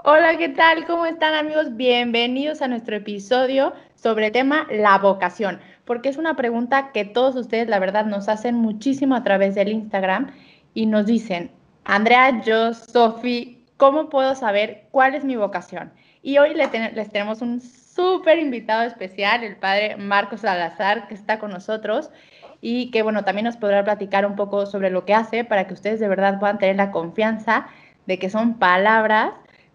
Hola, ¿qué tal? ¿Cómo están, amigos? Bienvenidos a nuestro episodio sobre el tema la vocación, porque es una pregunta que todos ustedes, la verdad, nos hacen muchísimo a través del Instagram y nos dicen, Andrea, yo, Sofi, ¿cómo puedo saber cuál es mi vocación? Y hoy les tenemos un súper invitado especial, el padre Marcos Salazar, que está con nosotros y que, bueno, también nos podrá platicar un poco sobre lo que hace para que ustedes de verdad puedan tener la confianza de que son palabras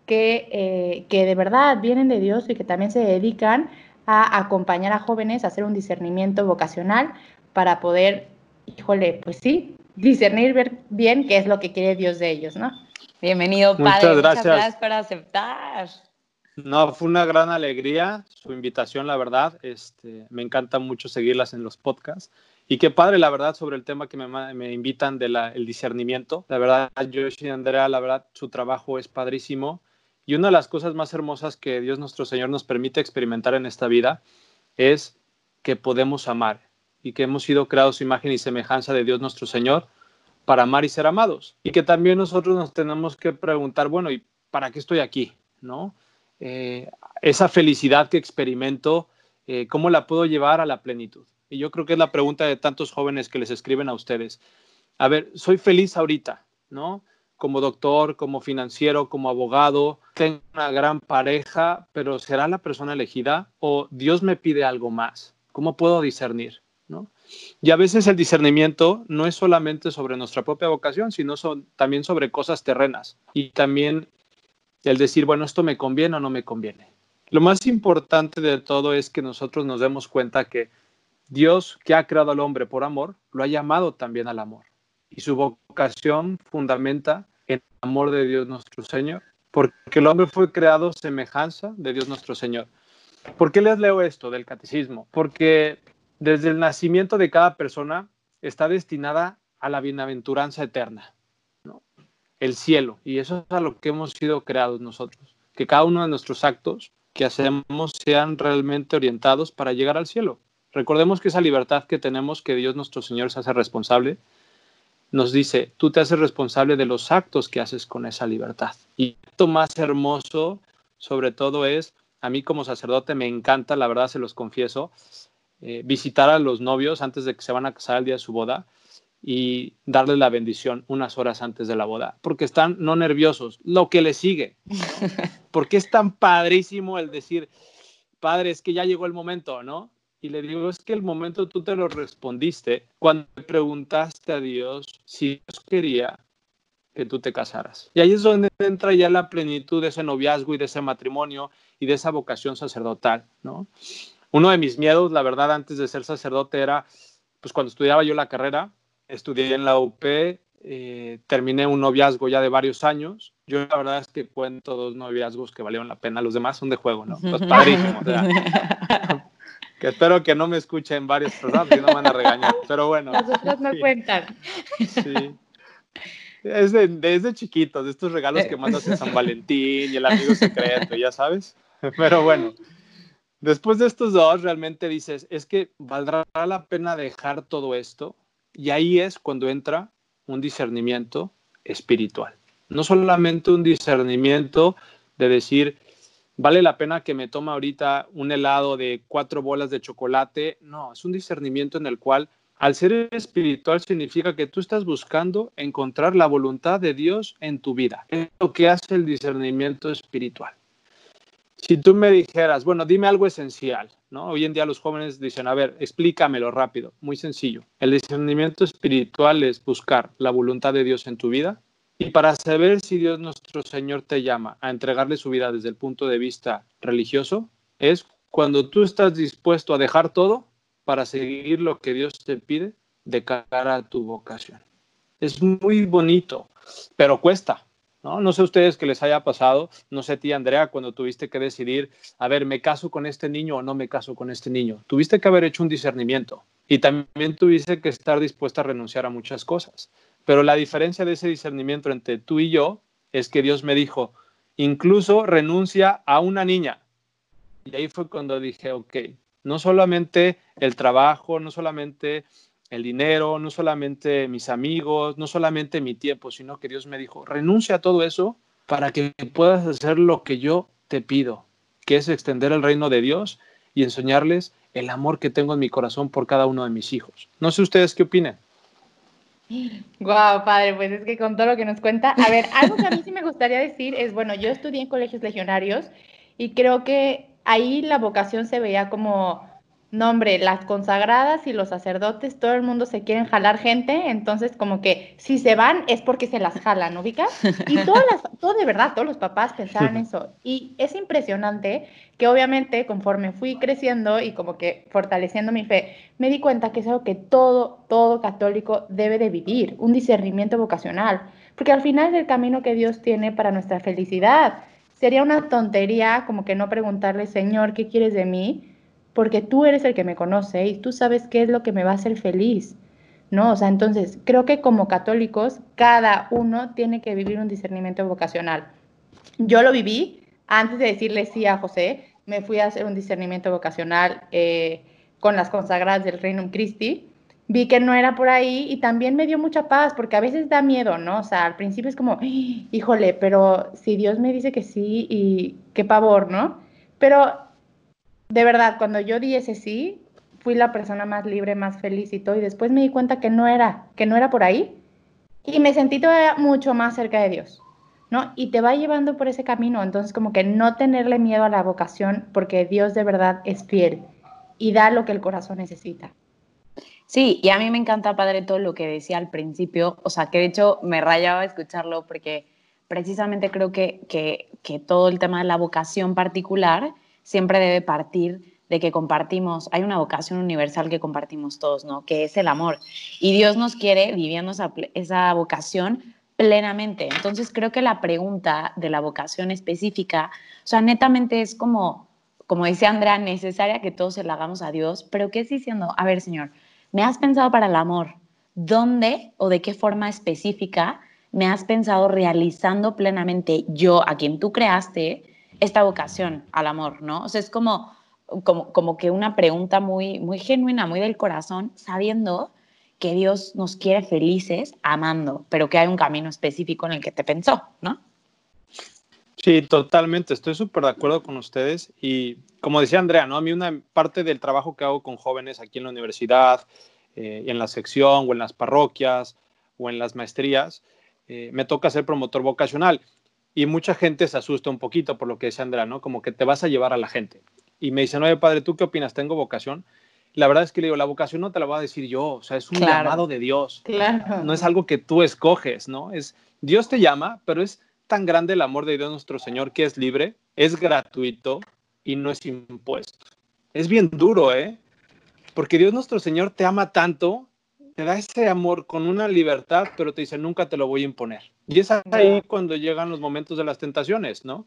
que de verdad vienen de Dios y que también se dedican a acompañar a jóvenes a hacer un discernimiento vocacional para poder, híjole, pues sí, discernir ver bien qué es lo que quiere Dios de ellos, ¿no? Bienvenido, Muchas padre, muchas gracias. gracias por aceptar. No, fue una gran alegría su invitación, la verdad. Me encanta mucho seguirlas en los podcasts. Y qué padre, la verdad, sobre el tema que me invitan el discernimiento. La verdad, Josh y Andrea, la verdad, su trabajo es padrísimo. Y una de las cosas más hermosas que Dios nuestro Señor nos permite experimentar en esta vida es que podemos amar y que hemos sido creados a imagen y semejanza de Dios nuestro Señor para amar y ser amados. Y que también nosotros nos tenemos que preguntar, bueno, ¿y para qué estoy aquí? ¿No? Esa felicidad que experimento, ¿cómo la puedo llevar a la plenitud? Y yo creo que es la pregunta de tantos jóvenes que les escriben a ustedes. A ver, soy feliz ahorita, ¿no? Como doctor, como financiero, como abogado, tengo una gran pareja, pero ¿será la persona elegida o Dios me pide algo más? ¿Cómo puedo discernir? ¿No? Y a veces el discernimiento no es solamente sobre nuestra propia vocación, sino también sobre cosas terrenas. Y también el decir, bueno, esto me conviene o no me conviene. Lo más importante de todo es que nosotros nos demos cuenta que Dios, que ha creado al hombre por amor, lo ha llamado también al amor. Y su vocación fundamenta en el amor de Dios nuestro Señor, porque el hombre fue creado semejanza de Dios nuestro Señor. ¿Por qué les leo esto del catecismo? Porque desde el nacimiento de cada persona está destinada a la bienaventuranza eterna, ¿no? El cielo, y eso es a lo que hemos sido creados nosotros, que cada uno de nuestros actos que hacemos sean realmente orientados para llegar al cielo. Recordemos que esa libertad que tenemos, que Dios nuestro Señor se hace responsable, nos dice, tú te haces responsable de los actos que haces con esa libertad. Y el acto más hermoso, sobre todo, es, a mí como sacerdote me encanta, la verdad se los confieso, visitar a los novios antes de que se van a casar el día de su boda y darles la bendición unas horas antes de la boda, porque están no nerviosos, lo que les sigue, ¿no? Porque es tan padrísimo el decir, padre, es que ya llegó el momento, ¿no? Y le digo, es que el momento tú te lo respondiste cuando le preguntaste a Dios si Dios quería que tú te casaras. Y ahí es donde entra ya la plenitud de ese noviazgo y de ese matrimonio y de esa vocación sacerdotal, ¿no? Uno de mis miedos, la verdad, antes de ser sacerdote era, pues cuando estudiaba yo la carrera, estudié en la UP, terminé un noviazgo ya de varios años. Yo la verdad es que cuento 2 noviazgos que valieron la pena, los demás son de juego, ¿no? Pues padrísimo, o sea, que espero que no me escuchen varias personas, si no me van a regañar, pero bueno. Las otras no Sí, cuentan. sí. Desde chiquitos, de estos regalos que mandas en San Valentín y el amigo secreto, ya sabes. Pero bueno, después de estos dos, realmente dices, es que valdrá la pena dejar todo esto. Y ahí es cuando entra un discernimiento espiritual. No solamente un discernimiento de decir, vale la pena que me tome ahorita un helado de 4 bolas de chocolate. No, es un discernimiento en el cual, al ser espiritual, significa que tú estás buscando encontrar la voluntad de Dios en tu vida. Es lo que hace el discernimiento espiritual. Si tú me dijeras, bueno, dime algo esencial, ¿no? Hoy en día los jóvenes dicen, a ver, explícamelo rápido, muy sencillo. El discernimiento espiritual es buscar la voluntad de Dios en tu vida y para saber si Dios nuestro Señor te llama a entregarle su vida desde el punto de vista religioso, es cuando tú estás dispuesto a dejar todo para seguir lo que Dios te pide de cara a tu vocación. Es muy bonito, pero cuesta. ¿No? No sé a ustedes qué les haya pasado, no sé a ti, Andrea, cuando tuviste que decidir, a ver, ¿me caso con este niño o no me caso con este niño? Tuviste que haber hecho un discernimiento y también tuviste que estar dispuesta a renunciar a muchas cosas. Pero la diferencia de ese discernimiento entre tú y yo es que Dios me dijo, incluso renuncia a una niña. Y ahí fue cuando dije, ok, no solamente el trabajo, no solamente el dinero, no solamente mis amigos, no solamente mi tiempo, sino que Dios me dijo, renuncia a todo eso para que puedas hacer lo que yo te pido, que es extender el reino de Dios y enseñarles el amor que tengo en mi corazón por cada uno de mis hijos. No sé ustedes qué opinan. Guau, padre, pues es que con todo lo que nos cuenta, a ver, algo que a mí sí me gustaría decir es, bueno, yo estudié en colegios legionarios y creo que ahí la vocación se veía como, no, hombre, las consagradas y los sacerdotes, todo el mundo se quieren jalar gente, entonces como que si se van es porque se las jalan, ¿no ubicas? Y todo de verdad, todos los papás pensaban eso. Y es impresionante que obviamente conforme fui creciendo y como que fortaleciendo mi fe, me di cuenta que es algo que todo católico debe de vivir, un discernimiento vocacional, porque al final es el camino que Dios tiene para nuestra felicidad. Sería una tontería como que no preguntarle, Señor, ¿qué quieres de mí? Porque tú eres el que me conoce y tú sabes qué es lo que me va a hacer feliz, ¿no? O sea, entonces creo que como católicos, cada uno tiene que vivir un discernimiento vocacional. Yo lo viví antes de decirle sí a José, me fui a hacer un discernimiento vocacional con las consagradas del Reino Christi. Vi que no era por ahí y también me dio mucha paz, porque a veces da miedo, ¿no? O sea, al principio es como, híjole, pero si Dios me dice que sí y qué pavor, ¿no? Pero de verdad, cuando yo di ese sí, fui la persona más libre, más feliz y todo, y después me di cuenta que no era por ahí, y me sentí todavía mucho más cerca de Dios, ¿no? Y te va llevando por ese camino, entonces como que no tenerle miedo a la vocación, porque Dios de verdad es fiel y da lo que el corazón necesita. Sí, y a mí me encanta, padre, todo lo que decía al principio, o sea, que de hecho me rayaba escucharlo porque precisamente creo que todo el tema de la vocación particular siempre debe partir de que compartimos, hay una vocación universal que compartimos todos, ¿no? Que es el amor. Y Dios nos quiere viviendo esa vocación plenamente. Entonces creo que la pregunta de la vocación específica, o sea, netamente es como decía Andrea, necesaria que todos se la hagamos a Dios, pero ¿qué es diciendo? A ver, Señor, ¿me has pensado para el amor? ¿Dónde o de qué forma específica me has pensado realizando plenamente yo, a quien tú creaste, esta vocación al amor, ¿no? O sea, es como que una pregunta muy genuina, muy del corazón, sabiendo que Dios nos quiere felices amando, pero que hay un camino específico en el que te pensó, ¿no? Sí, totalmente, estoy súper de acuerdo con ustedes y como decía Andrea, ¿no? A mí una parte del trabajo que hago con jóvenes aquí en la universidad, en la sección o en las parroquias o en las maestrías, me toca ser promotor vocacional y mucha gente se asusta un poquito por lo que decía Andrea, ¿no? Como que te vas a llevar a la gente y me dicen, oye padre, ¿tú qué opinas? ¿Tengo vocación? La verdad es que le digo, la vocación no te la voy a decir yo, o sea, es un Claro. llamado de Dios, Claro. no es algo que tú escoges, ¿no? Es Dios te llama, pero es tan grande el amor de Dios nuestro Señor que es libre, es gratuito y no es impuesto. Es bien duro, ¿eh? Porque Dios nuestro Señor te ama tanto, te da ese amor con una libertad, pero te dice, nunca te lo voy a imponer. Y es ahí cuando llegan los momentos de las tentaciones, ¿no?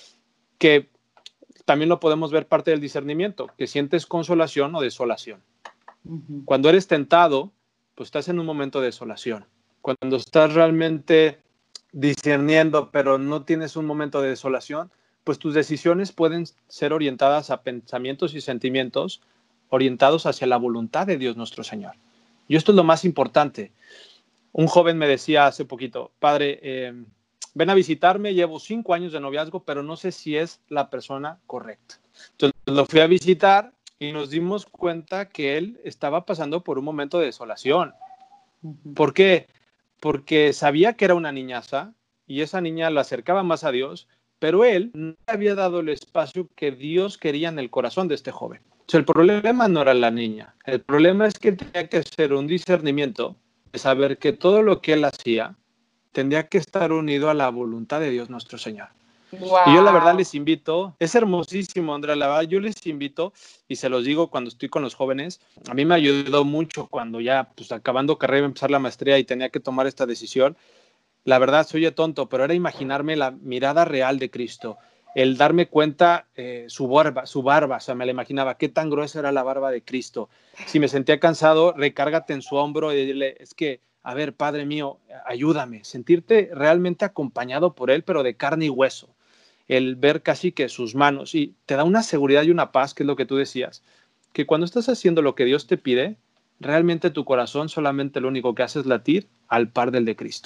Que también lo podemos ver parte del discernimiento, que sientes consolación o desolación. Cuando eres tentado, pues estás en un momento de desolación. Cuando estás realmente discerniendo, pero no tienes un momento de desolación, pues tus decisiones pueden ser orientadas a pensamientos y sentimientos orientados hacia la voluntad de Dios nuestro Señor. Y esto es lo más importante. Un joven me decía hace poquito, padre, ven a visitarme, llevo 5 años de noviazgo, pero no sé si es la persona correcta. Entonces lo fui a visitar y nos dimos cuenta que él estaba pasando por un momento de desolación. ¿Por qué? Porque sabía que era una niñaza y esa niña la acercaba más a Dios, pero él no había dado el espacio que Dios quería en el corazón de este joven. O sea, el problema no era la niña, el problema es que tenía que hacer un discernimiento de saber que todo lo que él hacía tendría que estar unido a la voluntad de Dios nuestro Señor. Wow. Y yo la verdad les invito, es hermosísimo, Andrea, la verdad yo les invito y se los digo cuando estoy con los jóvenes, a mí me ayudó mucho cuando ya pues acabando carrera iba a empezar la maestría y tenía que tomar esta decisión. La verdad se oye tonto, pero era imaginarme la mirada real de Cristo, el darme cuenta su barba, o sea, me la imaginaba, qué tan gruesa era la barba de Cristo. Si me sentía cansado, recárgate en su hombro y dile, es que, a ver, Padre mío, ayúdame, sentirte realmente acompañado por Él, pero de carne y hueso. El ver casi que sus manos, y te da una seguridad y una paz, que es lo que tú decías, que cuando estás haciendo lo que Dios te pide, realmente tu corazón solamente lo único que hace es latir al par del de Cristo.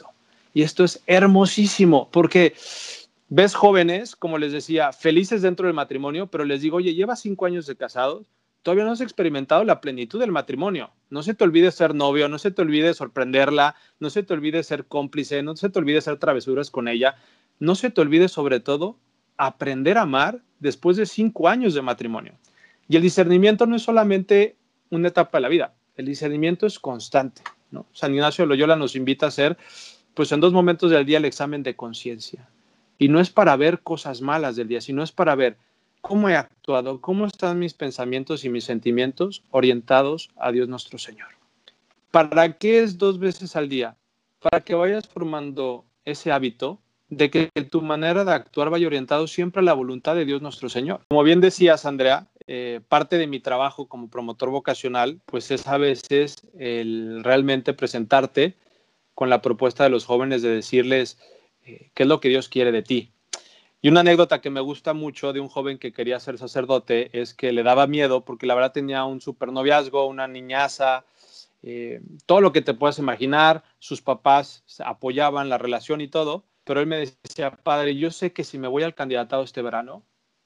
Y esto es hermosísimo, porque ves jóvenes, como les decía, felices dentro del matrimonio, pero les digo, oye, llevas 5 años de casados, todavía no has experimentado la plenitud del matrimonio. No se te olvide ser novio, no se te olvide sorprenderla, no se te olvide ser cómplice, no se te olvide hacer travesuras con ella, no se te olvide sobre todo aprender a amar después de 5 años de matrimonio. Y el discernimiento no es solamente una etapa de la vida, el discernimiento es constante, ¿no? San Ignacio de Loyola nos invita a hacer, pues en 2 momentos del día, el examen de conciencia. Y no es para ver cosas malas del día, sino es para ver cómo he actuado, cómo están mis pensamientos y mis sentimientos orientados a Dios nuestro Señor. ¿Para qué es 2 veces al día? Para que vayas formando ese hábito de que tu manera de actuar vaya orientado siempre a la voluntad de Dios nuestro Señor. Como bien decías, Andrea, parte de mi trabajo como promotor vocacional, pues es a veces el realmente presentarte con la propuesta de los jóvenes de decirles qué es lo que Dios quiere de ti. Y una anécdota que me gusta mucho de un joven que quería ser sacerdote es que le daba miedo porque la verdad tenía un supernoviazgo, una niñaza, todo lo que te puedas imaginar, sus papás apoyaban la relación y todo, pero él me decía, padre, yo sé que si me voy al candidatado este verano,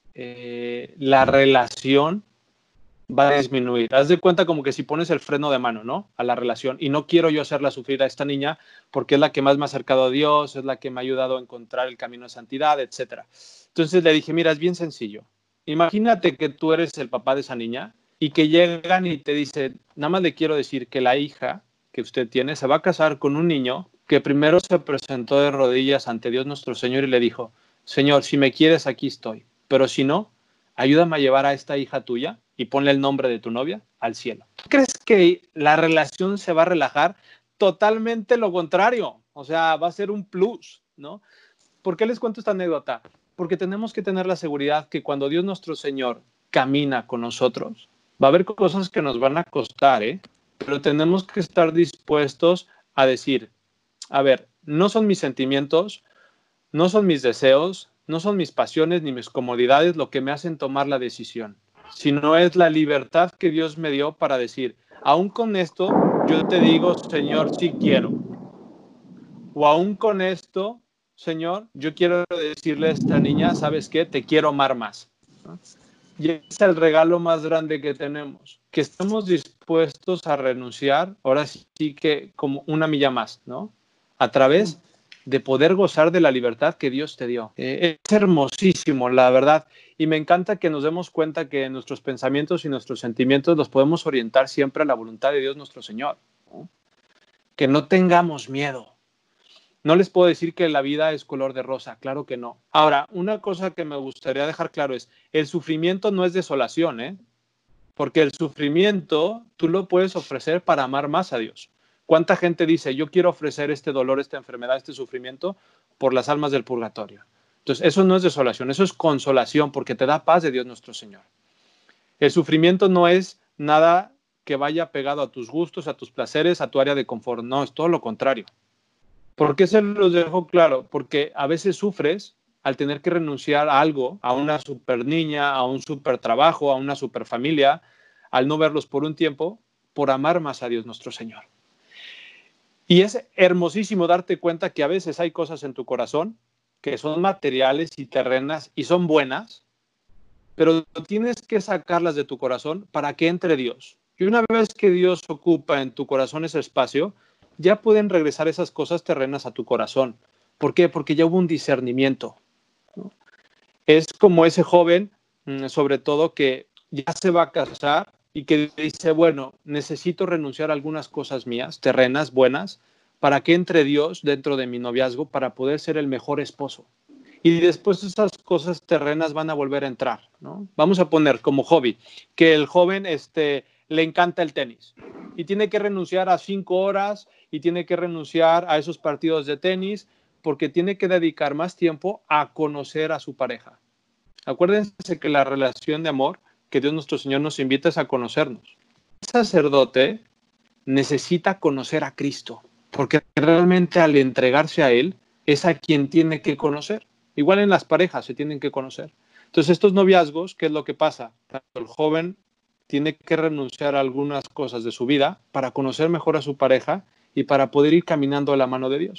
la relación va a disminuir. Haz de cuenta como que si pones el freno de mano, ¿no? A la relación. Y no quiero yo hacerla sufrir a esta niña porque es la que más me ha acercado a Dios, es la que me ha ayudado a encontrar el camino de santidad, etc. Entonces le dije, mira, es bien sencillo. Imagínate que tú eres el papá de esa niña y que llegan y te dicen, nada más le quiero decir que la hija que usted tiene se va a casar con un niño que primero se presentó de rodillas ante Dios nuestro Señor y le dijo, Señor, si me quieres, aquí estoy, pero si no, ayúdame a llevar a esta hija tuya y ponle el nombre de tu novia al cielo. ¿Crees que la relación se va a relajar? Totalmente lo contrario. O sea, va a ser un plus, ¿no? ¿Por qué les cuento esta anécdota? Porque tenemos que tener la seguridad que cuando Dios nuestro Señor camina con nosotros, va a haber cosas que nos van a costar, ¿eh? Pero tenemos que estar dispuestos a decir, a ver, no son mis sentimientos, no son mis deseos, no son mis pasiones ni mis comodidades lo que me hacen tomar la decisión, sino es la libertad que Dios me dio para decir, aún con esto, yo te digo, Señor, sí quiero. O aún con esto, Señor, yo quiero decirle a esta niña, ¿sabes qué? Te quiero amar más. ¿No? Y es el regalo más grande que tenemos, que estamos dispuestos a renunciar, ahora sí que como una milla más, ¿no? A través de poder gozar de la libertad que Dios te dio. Es hermosísimo, la verdad. Y me encanta que nos demos cuenta que nuestros pensamientos y nuestros sentimientos los podemos orientar siempre a la voluntad de Dios nuestro Señor, ¿no? Que no tengamos miedo. No les puedo decir que la vida es color de rosa, claro que no. Ahora, una cosa que me gustaría dejar claro es, el sufrimiento no es desolación, ¿eh? Porque el sufrimiento tú lo puedes ofrecer para amar más a Dios. ¿Cuánta gente dice, yo quiero ofrecer este dolor, esta enfermedad, este sufrimiento por las almas del purgatorio? Entonces, eso no es desolación, eso es consolación, porque te da paz de Dios nuestro Señor. El sufrimiento no es nada que vaya pegado a tus gustos, a tus placeres, a tu área de confort. No, es todo lo contrario. ¿Por qué se los dejo claro? Porque a veces sufres al tener que renunciar a algo, a una super niña, a un super trabajo, a una super familia, al no verlos por un tiempo, por amar más a Dios nuestro Señor. Y es hermosísimo darte cuenta que a veces hay cosas en tu corazón que son materiales y terrenas y son buenas, pero tienes que sacarlas de tu corazón para que entre Dios. Y una vez que Dios ocupa en tu corazón ese espacio, ya pueden regresar esas cosas terrenas a tu corazón. ¿Por qué? Porque ya hubo un discernimiento, ¿no? Es como ese joven, sobre todo, que ya se va a casar y que dice, bueno, necesito renunciar a algunas cosas mías, terrenas, buenas, para que entre Dios dentro de mi noviazgo para poder ser el mejor esposo. Y después esas cosas terrenas van a volver a entrar, ¿no? Vamos a poner como hobby, que el joven le encanta el tenis y tiene que renunciar a 5 horas y tiene que renunciar a esos partidos de tenis porque tiene que dedicar más tiempo a conocer a su pareja. Acuérdense que la relación de amor que Dios nuestro Señor nos invita es a conocernos. El sacerdote necesita conocer a Cristo, porque realmente al entregarse a Él es a quien tiene que conocer. Igual en las parejas se tienen que conocer. Entonces estos noviazgos, ¿qué es lo que pasa? El joven tiene que renunciar a algunas cosas de su vida para conocer mejor a su pareja y para poder ir caminando a la mano de Dios.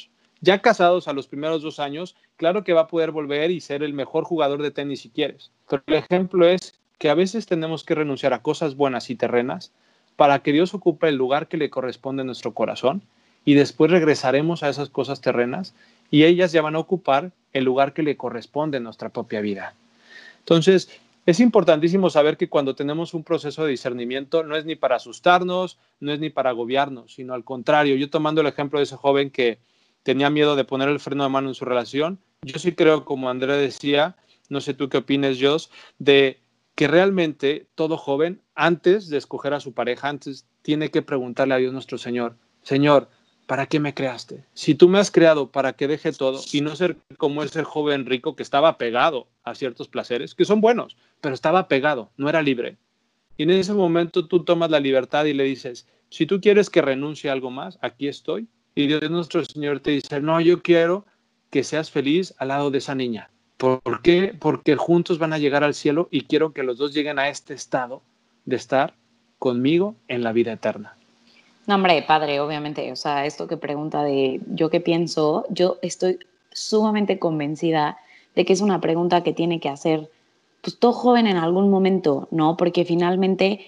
Ya casados a los primeros 2 años, claro que va a poder volver y ser el mejor jugador de tenis si quieres. Pero el ejemplo es que a veces tenemos que renunciar a cosas buenas y terrenas para que Dios ocupe el lugar que le corresponde en nuestro corazón, y después regresaremos a esas cosas terrenas y ellas ya van a ocupar el lugar que le corresponde en nuestra propia vida. Entonces, es importantísimo saber que cuando tenemos un proceso de discernimiento no es ni para asustarnos, no es ni para agobiarnos, sino al contrario. Yo, tomando el ejemplo de ese joven que tenía miedo de poner el freno de mano en su relación, yo sí creo, como Andrea decía, no sé tú qué opines, Jos, de que realmente todo joven, antes de escoger a su pareja, antes tiene que preguntarle a Dios nuestro Señor: Señor, ¿para qué me creaste? Si tú me has creado para que deje todo y no ser como ese joven rico que estaba pegado a ciertos placeres, que son buenos, pero estaba pegado, no era libre. Y en ese momento tú tomas la libertad y le dices: si tú quieres que renuncie a algo más, aquí estoy. Y Dios nuestro Señor te dice: no, yo quiero que seas feliz al lado de esa niña. ¿Por qué? Porque juntos van a llegar al cielo y quiero que los dos lleguen a este estado de estar conmigo en la vida eterna. No, hombre, padre, obviamente. O sea, esto que pregunta de yo qué pienso, yo estoy sumamente convencida de que es una pregunta que tiene que hacer pues todo joven en algún momento, ¿no? Porque finalmente,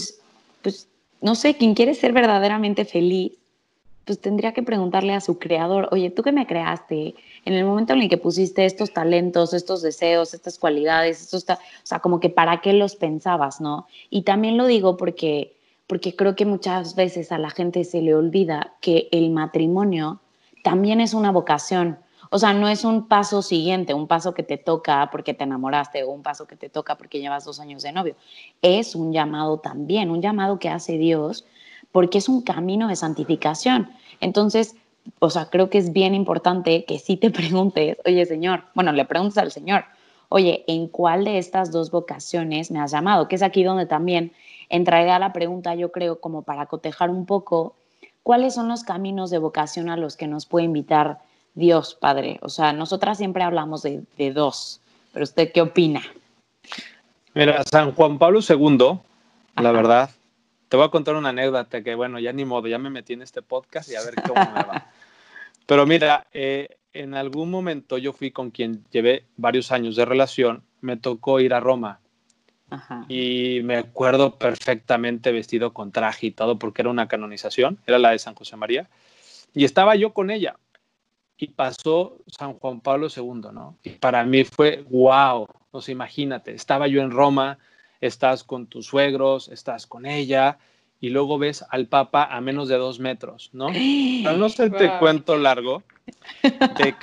pues, no sé, quien quiere ser verdaderamente feliz, pues tendría que preguntarle a su creador: oye, ¿tú qué me creaste? En el momento en el que pusiste estos talentos, estos deseos, estas cualidades, o sea, como que para qué los pensabas, ¿no? Y también lo digo porque creo que muchas veces a la gente se le olvida que el matrimonio también es una vocación. O sea, no es un paso siguiente, un paso que te toca porque te enamoraste o un paso que te toca porque llevas 2 años de novio. Es un llamado también, un llamado que hace Dios, porque es un camino de santificación. Entonces, o sea, creo que es bien importante que sí te preguntes: oye, Señor, bueno, le preguntes al Señor: oye, ¿en cuál de estas 2 vocaciones me has llamado? Que es aquí donde también entraría la pregunta, yo creo, como para cotejar un poco: ¿cuáles son los caminos de vocación a los que nos puede invitar Dios, Padre? O sea, nosotras siempre hablamos de 2, pero ¿usted qué opina? Mira, San Juan Pablo II, la Ajá. verdad, te voy a contar una anécdota que, bueno, ya ni modo, ya me metí en este podcast y a ver cómo me va. Pero mira, en algún momento yo fui con quien llevé varios años de relación, me tocó ir a Roma Ajá. y me acuerdo perfectamente vestido con traje y todo porque era una canonización, era la de San José María, y estaba yo con ella y pasó San Juan Pablo II, ¿no? Y para mí fue wow, o sea, imagínate, estaba yo en Roma, estás con tus suegros, estás con ella, y luego ves al Papa a menos de 2 metros, ¿no? Para no hacerte Wow. cuento largo, de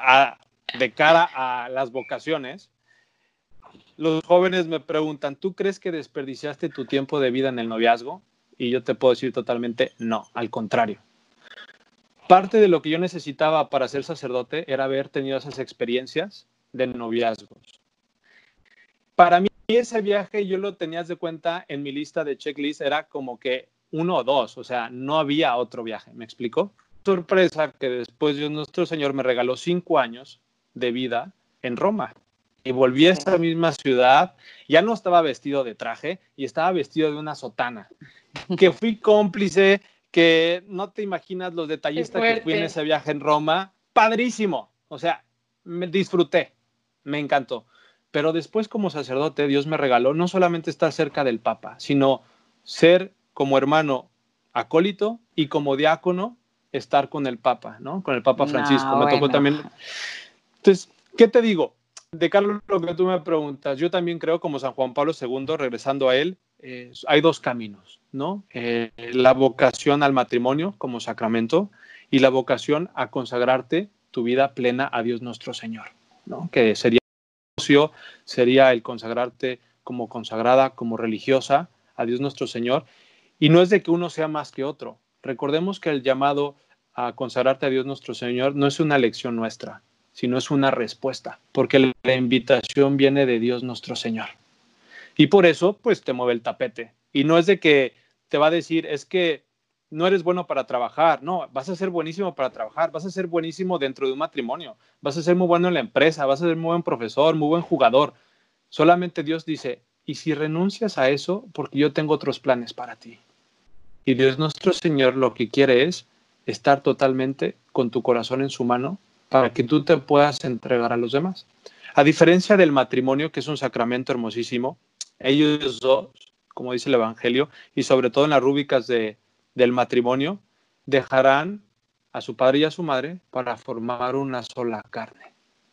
cara a las vocaciones, los jóvenes me preguntan: ¿tú crees que desperdiciaste tu tiempo de vida en el noviazgo? Y yo te puedo decir totalmente no, al contrario. Parte de lo que yo necesitaba para ser sacerdote era haber tenido esas experiencias de noviazgos. Para mí ese viaje yo lo tenías de cuenta en mi lista de checklist, era como que 1 o 2, o sea, no había otro viaje, ¿me explico? Sorpresa que después Dios nuestro Señor me regaló 5 años de vida en Roma y volví a Sí. esa misma ciudad. Ya no estaba vestido de traje y estaba vestido de una sotana, que fui cómplice, que no te imaginas los Qué detallistas que fui en fuerte. ese viaje en Roma. Padrísimo, o sea, me disfruté, me encantó. Pero después, como sacerdote, Dios me regaló no solamente estar cerca del Papa, sino ser como hermano acólito y como diácono estar con el Papa, ¿no? Con el Papa Francisco. No, Me tocó bueno. también. Entonces, ¿qué te digo? De Carlos, lo que tú me preguntas, yo también creo, como San Juan Pablo II, regresando a él, hay 2 caminos, ¿no? La vocación al matrimonio como sacramento y la vocación a consagrarte tu vida plena a Dios nuestro Señor, ¿no? Que sería el consagrarte como consagrada, como religiosa a Dios nuestro Señor. Y no es de que uno sea más que otro. Recordemos que el llamado a consagrarte a Dios nuestro Señor no es una elección nuestra, sino es una respuesta, porque la invitación viene de Dios nuestro Señor. Y por eso, pues te mueve el tapete. Y no es de que te va a decir: es que no eres bueno para trabajar. No, vas a ser buenísimo para trabajar, vas a ser buenísimo dentro de un matrimonio, vas a ser muy bueno en la empresa, vas a ser muy buen profesor, muy buen jugador. Solamente Dios dice: ¿y si renuncias a eso? Porque yo tengo otros planes para ti. Y Dios nuestro Señor lo que quiere es estar totalmente con tu corazón en su mano para que tú te puedas entregar a los demás. A diferencia del matrimonio, que es un sacramento hermosísimo, ellos dos, como dice el Evangelio, y sobre todo en las rúbricas del matrimonio, dejarán a su padre y a su madre para formar una sola carne.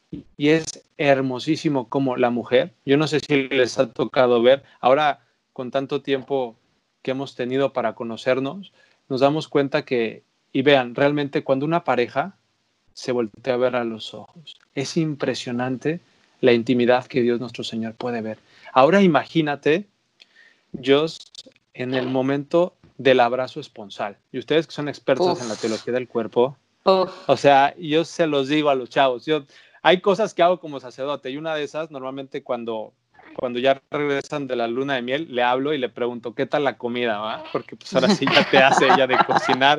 Y es hermosísimo como la mujer, yo no sé si les ha tocado ver, ahora con tanto tiempo que hemos tenido para conocernos, nos damos cuenta que, y vean, realmente cuando una pareja se voltea a ver a los ojos, es impresionante la intimidad que Dios nuestro Señor puede ver. Ahora imagínate, Dios, en el momento del abrazo esponsal, y ustedes que son expertos en la teología del cuerpo, o sea, yo se los digo a los chavos, hay cosas que hago como sacerdote, y una de esas, normalmente cuando ya regresan de la luna de miel, le hablo y le pregunto, ¿qué tal la comida? ¿Va? Porque pues ahora sí ya te hace ella de cocinar,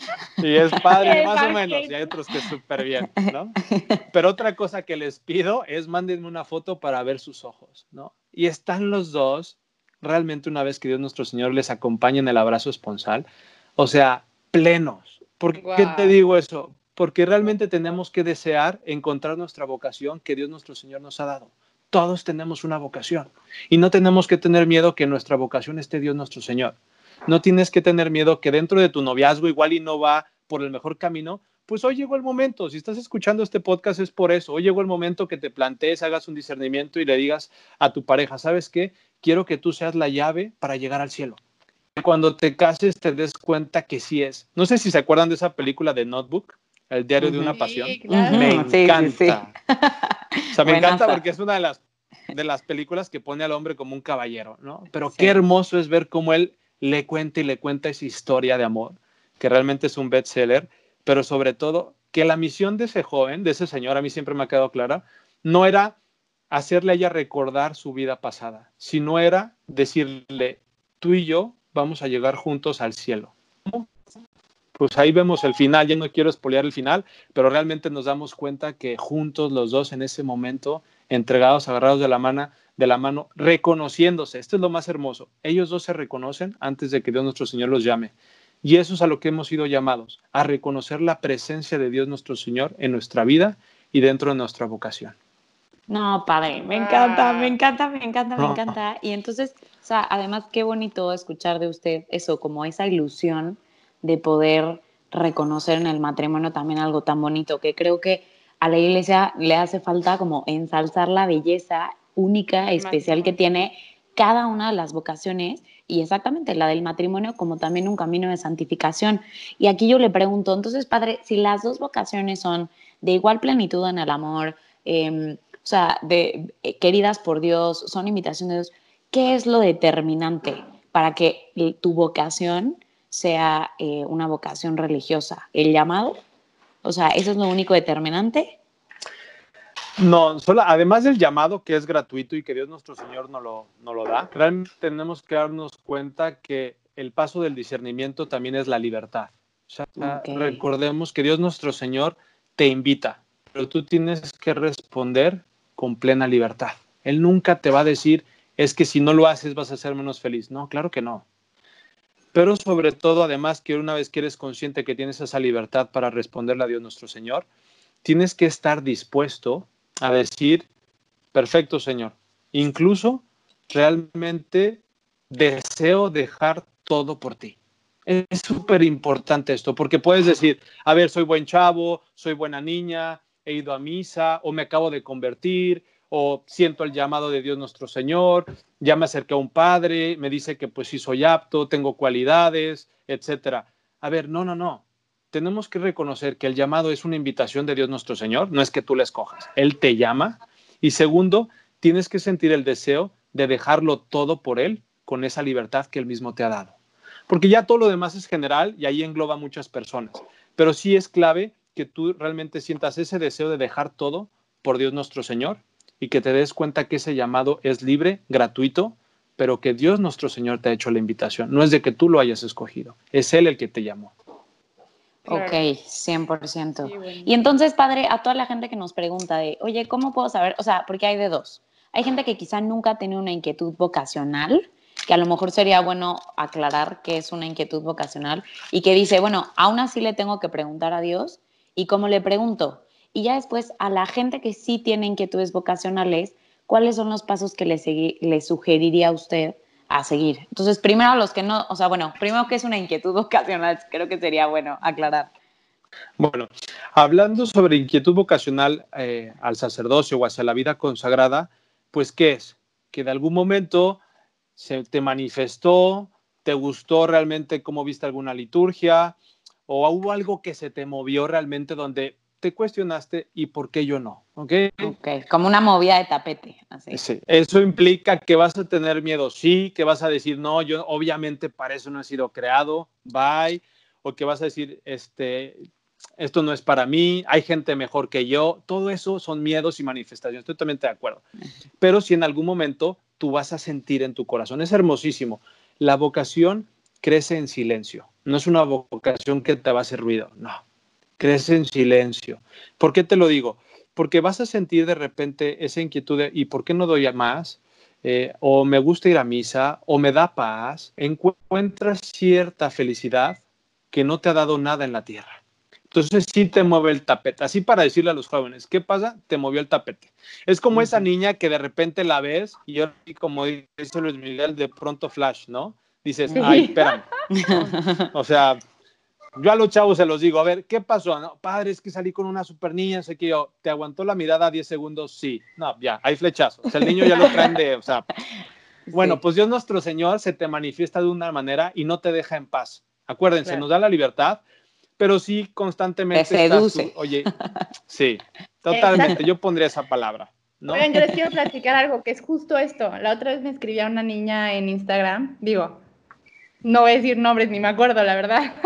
y es padre, más o menos, y hay otros que súper bien, ¿no? Pero otra cosa que les pido es mándenme una foto para ver sus ojos, ¿no? Y están los dos, realmente una vez que Dios nuestro Señor les acompañe en el abrazo esponsal, o sea, plenos. ¿Por qué te digo eso? Porque realmente tenemos que desear encontrar nuestra vocación que Dios nuestro Señor nos ha dado. Todos tenemos una vocación y no tenemos que tener miedo que nuestra vocación esté Dios nuestro Señor. No tienes que tener miedo que dentro de tu noviazgo igual y no va por el mejor camino, pues hoy llegó el momento, si estás escuchando este podcast es por eso, hoy llegó el momento que te plantees, hagas un discernimiento y le digas a tu pareja, ¿sabes qué? Quiero que tú seas la llave para llegar al cielo. Cuando te cases te des cuenta que sí es. No sé si se acuerdan de esa película de Notebook, El diario de una pasión. Sí, claro. Me encanta. Sí. O sea, me encanta porque es una de las películas que pone al hombre como un caballero, ¿no? Pero qué hermoso es ver cómo él le cuenta esa historia de amor, que realmente es un bestseller, pero sobre todo que la misión de ese joven, de ese señor, a mí siempre me ha quedado clara, no era hacerle a ella recordar su vida pasada, sino era decirle, tú y yo vamos a llegar juntos al cielo. Pues ahí vemos el final, ya no quiero espolear el final, pero realmente nos damos cuenta que juntos los dos en ese momento, entregados, agarrados de la mano, reconociéndose, esto es lo más hermoso, ellos dos se reconocen antes de que Dios nuestro Señor los llame. Y eso es a lo que hemos sido llamados, a reconocer la presencia de Dios nuestro Señor en nuestra vida y dentro de nuestra vocación. No, padre, me encanta, me encanta, me encanta, me encanta. Y entonces, o sea, además qué bonito escuchar de usted eso, como esa ilusión de poder reconocer en el matrimonio también algo tan bonito, que creo que a la iglesia le hace falta como ensalzar la belleza única, especial que tiene cada una de las vocaciones y exactamente la del matrimonio como también un camino de santificación. Y aquí yo le pregunto, entonces, padre, si las dos vocaciones son de igual plenitud en el amor, o sea, queridas por Dios, son invitación de Dios, ¿qué es lo determinante para que tu vocación sea una vocación religiosa? ¿El llamado? O sea, ¿eso es lo único determinante? No, además del llamado que es gratuito y que Dios nuestro Señor no lo da, realmente tenemos que darnos cuenta que el paso del discernimiento también es la libertad. O sea, recordemos que Dios nuestro Señor te invita, pero tú tienes que responder con plena libertad. Él nunca te va a decir, es que si no lo haces vas a ser menos feliz. No, claro que no. Pero sobre todo, además, que una vez que eres consciente que tienes esa libertad para responderle a Dios nuestro Señor, tienes que estar dispuesto a decir, perfecto, Señor, incluso realmente deseo dejar todo por ti. Es súper importante esto, porque puedes decir, a ver, soy buen chavo, soy buena niña, he ido a misa, o me acabo de convertir, o siento el llamado de Dios nuestro Señor, ya me acerqué a un padre, me dice que pues sí soy apto, tengo cualidades, etcétera. A ver, no. Tenemos que reconocer que el llamado es una invitación de Dios nuestro Señor, no es que tú la escojas, Él te llama. Y segundo, tienes que sentir el deseo de dejarlo todo por Él con esa libertad que Él mismo te ha dado. Porque ya todo lo demás es general y ahí engloba a muchas personas. Pero sí es clave que tú realmente sientas ese deseo de dejar todo por Dios nuestro Señor y que te des cuenta que ese llamado es libre, gratuito, pero que Dios nuestro Señor te ha hecho la invitación. No es de que tú lo hayas escogido, es Él el que te llamó. Ok, 100%. Sí, bueno. Y entonces, padre, a toda la gente que nos pregunta de, oye, ¿cómo puedo saber? O sea, porque hay de dos. Hay gente que quizá nunca tiene una inquietud vocacional que a lo mejor sería bueno aclarar qué es una inquietud vocacional y que dice, bueno, aún así le tengo que preguntar a Dios y cómo le pregunto. Y ya después a la gente que sí tiene inquietudes vocacionales, ¿cuáles son los pasos que le sugeriría a usted a seguir? Entonces, primero a los que no, o sea, bueno, primero qué es una inquietud vocacional, creo que sería bueno aclarar. Bueno, hablando sobre inquietud vocacional al sacerdocio o hacia la vida consagrada, pues ¿qué es? Que de algún momento se te manifestó, te gustó realmente cómo viste alguna liturgia, o hubo algo que se te movió realmente donde te cuestionaste y por qué yo no, ¿ok? Ok, como una movida de tapete, así. Sí, eso implica que vas a tener miedo, sí, que vas a decir, no, yo obviamente para eso no he sido creado, bye, o que vas a decir, esto no es para mí, hay gente mejor que yo, todo eso son miedos y manifestaciones, estoy totalmente de acuerdo. Pero si en algún momento tú vas a sentir en tu corazón, es hermosísimo, la vocación crece en silencio, no es una vocación que te va a hacer ruido, no, crece en silencio. ¿Por qué te lo digo? Porque vas a sentir de repente esa inquietud de ¿y por qué no doy a más? O me gusta ir a misa, o me da paz, encuentras cierta felicidad que no te ha dado nada en la tierra. Entonces sí te mueve el tapete. Así para decirle a los jóvenes, ¿qué pasa? Te movió el tapete. Es como esa niña que de repente la ves y yo, como dice Luis Miguel, de pronto flash, ¿no? Dices, Sí. ay, espérame, ¿no? O sea, yo a los chavos se los digo, a ver, ¿qué pasó? No, padre, es que salí con una super niña, sé que yo, ¿te aguantó la mirada 10 segundos? Sí. No, ya, hay flechazos. O sea, el niño ya lo traen de, o sea, bueno, Sí. pues Dios nuestro Señor se te manifiesta de una manera y no te deja en paz. Acuérdense, Claro. nos da la libertad, pero sí Te constantemente estás tú, seduce. oye, sí, totalmente, Exacto. yo pondría esa palabra, ¿no? Oigan, yo les quiero platicar algo que es justo esto. La otra vez me escribía una niña en Instagram, digo, no voy a decir nombres ni me acuerdo, la verdad,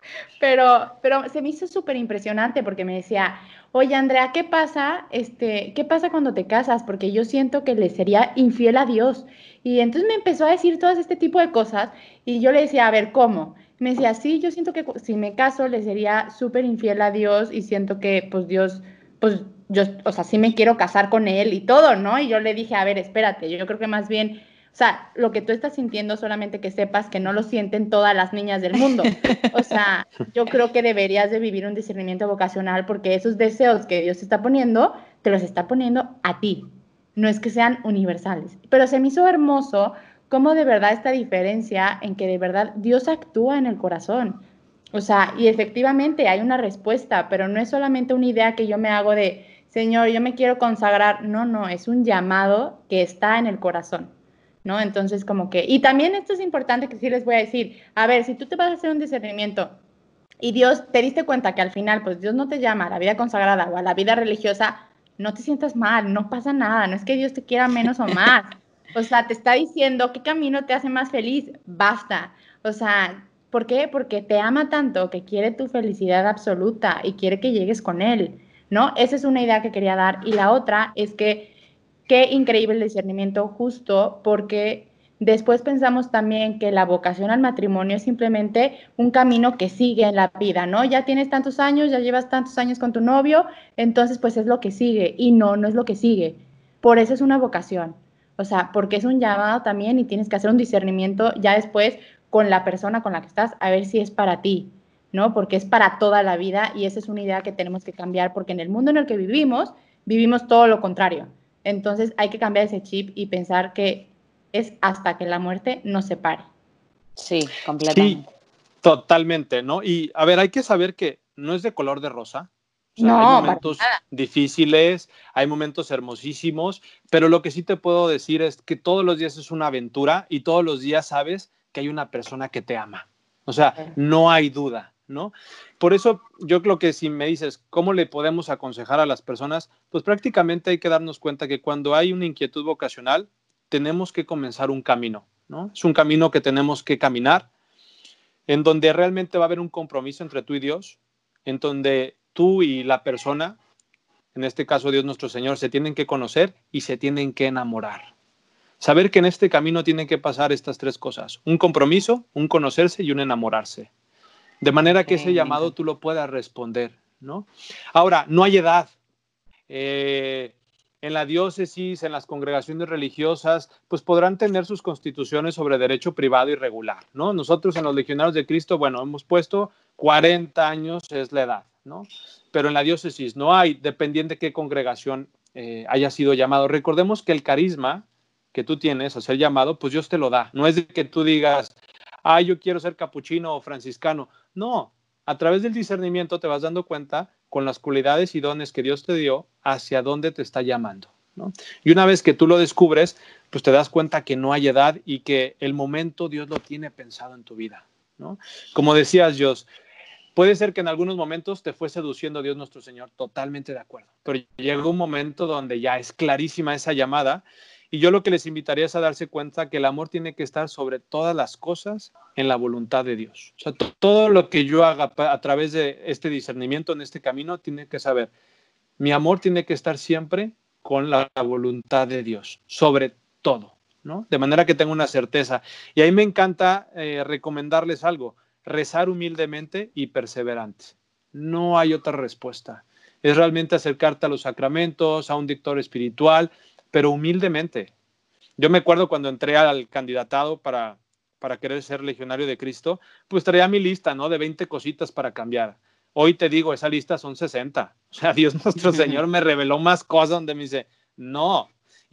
pero se me hizo súper impresionante porque me decía, oye Andrea, ¿qué pasa? ¿Qué pasa cuando te casas? Porque yo siento que le sería infiel a Dios. Y entonces me empezó a decir todo este tipo de cosas y yo le decía, a ver, ¿cómo? Me decía, sí, yo siento que si me caso le sería súper infiel a Dios y siento que pues Dios, pues yo, o sea, sí me quiero casar con él y todo, ¿no? Y yo le dije, a ver, espérate, yo creo que más bien, o sea, lo que tú estás sintiendo solamente que sepas que no lo sienten todas las niñas del mundo. O sea, yo creo que deberías de vivir un discernimiento vocacional porque esos deseos que Dios te está poniendo, te los está poniendo a ti. No es que sean universales. Pero se me hizo hermoso cómo de verdad esta diferencia en que de verdad Dios actúa en el corazón. O sea, y efectivamente hay una respuesta, pero no es solamente una idea que yo me hago de, Señor, yo me quiero consagrar. No, no, es un llamado que está en el corazón. ¿No? Entonces, como que, y también esto es importante que sí les voy a decir, a ver, si tú te vas a hacer un discernimiento y Dios, te diste cuenta que al final, pues Dios no te llama a la vida consagrada o a la vida religiosa, no te sientas mal, no pasa nada, no es que Dios te quiera menos o más. O sea, te está diciendo qué camino te hace más feliz, basta. O sea, ¿por qué? Porque te ama tanto que quiere tu felicidad absoluta y quiere que llegues con Él, ¿no? Esa es una idea que quería dar. Y la otra es que qué increíble el discernimiento justo porque después pensamos también que la vocación al matrimonio es simplemente un camino que sigue en la vida, ¿no? Ya tienes tantos años, ya llevas tantos años con tu novio, entonces pues es lo que sigue. Y no, no es lo que sigue. Por eso es una vocación. O sea, porque es un llamado también y tienes que hacer un discernimiento ya después con la persona con la que estás a ver si es para ti, ¿no? Porque es para toda la vida y esa es una idea que tenemos que cambiar porque en el mundo en el que vivimos, vivimos todo lo contrario. Entonces hay que cambiar ese chip y pensar que es hasta que la muerte nos separe. Sí, Sí, completamente. totalmente, ¿no? Y a ver, hay que saber que no es de color de rosa. O sea, hay No, para momentos nada. difíciles, hay momentos hermosísimos, pero lo que sí te puedo decir es que todos los días es una aventura y todos los días sabes que hay una persona que te ama. O sea, no hay duda, ¿no? Por eso yo creo que si me dices cómo le podemos aconsejar a las personas, pues prácticamente hay que darnos cuenta que cuando hay una inquietud vocacional, tenemos que comenzar un camino, ¿no? Es un camino que tenemos que caminar en donde realmente va a haber un compromiso entre tú y Dios, en donde tú y la persona, en este caso Dios nuestro Señor, se tienen que conocer y se tienen que enamorar. Saber que en este camino tienen que pasar estas tres cosas, un compromiso, un conocerse y un enamorarse. De manera Ok, que ese me llamado encanta. tú lo puedas responder, ¿no? Ahora, no hay edad. en la diócesis, en las congregaciones religiosas, pues podrán tener sus constituciones sobre derecho privado y regular, ¿no? Nosotros en los Legionarios de Cristo, bueno, hemos puesto 40 años es la edad, ¿no? Pero en la diócesis no hay, dependiendo de qué congregación haya sido llamado. Recordemos que el carisma que tú tienes a ser llamado, pues Dios te lo da. No es de que tú digas, yo quiero ser capuchino o franciscano. No, a través del discernimiento te vas dando cuenta con las cualidades y dones que Dios te dio hacia dónde te está llamando, ¿no? Y una vez que tú lo descubres, pues te das cuenta que no hay edad y que el momento Dios lo tiene pensado en tu vida, ¿no? Como decías, Dios, puede ser que en algunos momentos te fue seduciendo Dios nuestro Señor, totalmente de acuerdo, pero llega un momento donde ya es clarísima esa llamada y yo lo que les invitaría es a darse cuenta que el amor tiene que estar sobre todas las cosas en la voluntad de Dios. O sea, todo lo que yo haga a través de este discernimiento en este camino, tiene que saber, mi amor tiene que estar siempre con la voluntad de Dios, sobre todo, ¿no? De manera que tenga una certeza. Y ahí me encanta recomendarles algo, rezar humildemente y perseverante. No hay otra respuesta. Es realmente acercarte a los sacramentos, a un dictor espiritual, pero humildemente. Yo me acuerdo cuando entré al candidatado para querer ser legionario de Cristo, pues traía mi lista, ¿no? De 20 cositas para cambiar. Hoy te digo, esa lista son 60. O sea, Dios nuestro Señor me reveló más cosas donde me dice, no,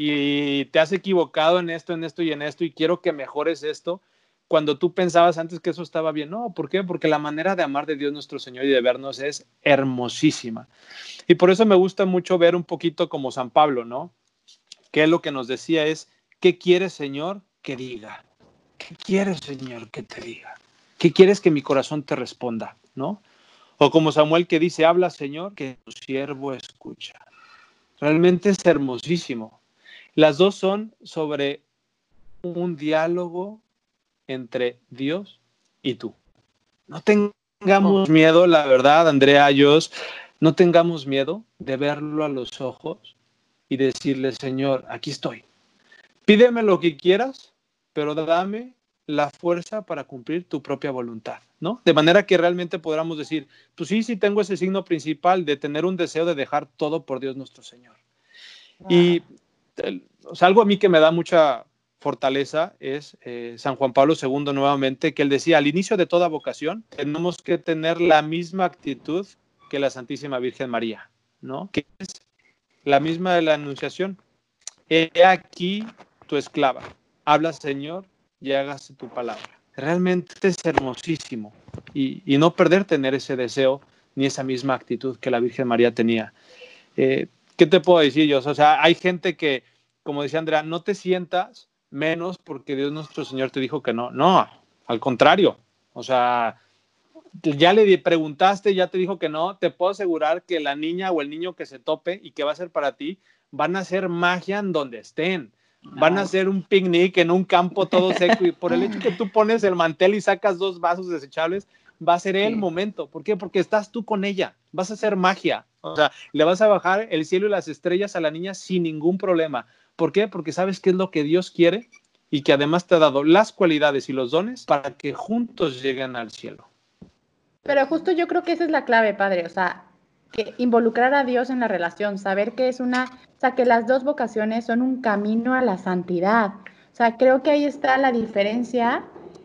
y te has equivocado en esto y en esto, y quiero que mejores esto, cuando tú pensabas antes que eso estaba bien. No, ¿por qué? Porque la manera de amar de Dios nuestro Señor y de vernos es hermosísima. Y por eso me gusta mucho ver un poquito como San Pablo, ¿no? Que lo que nos decía es, ¿qué quieres, Señor, que diga? ¿Qué quieres, Señor, que te diga? ¿Qué quieres que mi corazón te responda? ¿No? O como Samuel que dice, habla, Señor, que tu siervo escucha. Realmente es hermosísimo. Las dos son sobre un diálogo entre Dios y tú. No tengamos miedo, la verdad, Andrea, Dios, no tengamos miedo de verlo a los ojos y decirle, Señor, aquí estoy. Pídeme lo que quieras, pero dame la fuerza para cumplir tu propia voluntad, ¿no? De manera que realmente podamos decir, pues sí, tengo ese signo principal de tener un deseo de dejar todo por Dios nuestro Señor. Wow. Y o sea, algo a mí que me da mucha fortaleza es San Juan Pablo II nuevamente, que él decía, al inicio de toda vocación tenemos que tener la misma actitud que la Santísima Virgen María, ¿no? Que es la misma de la Anunciación. He aquí tu esclava, habla, Señor, y hágase tu palabra. Realmente es hermosísimo y no perder tener ese deseo ni esa misma actitud que la Virgen María tenía. ¿Qué te puedo decir yo? O sea, hay gente que, como decía Andrea, no te sientas menos porque Dios nuestro Señor te dijo que no. No, al contrario. O sea, ya le preguntaste, ya te dijo que no. Te puedo asegurar que la niña o el niño que se tope y que va a ser para ti, van a hacer magia en donde estén. Van a hacer un picnic en un campo todo seco y por el hecho que tú pones el mantel y sacas 2 vasos desechables, va a ser el momento. ¿Por qué? Porque estás tú con ella. Vas a hacer magia. O sea, le vas a bajar el cielo y las estrellas a la niña sin ningún problema. ¿Por qué? Porque sabes qué es lo que Dios quiere y que además te ha dado las cualidades y los dones para que juntos lleguen al cielo. Pero justo yo creo que esa es la clave, padre. O sea, que involucrar a Dios en la relación, saber que es o sea, que las dos vocaciones son un camino a la santidad. O sea, creo que ahí está la diferencia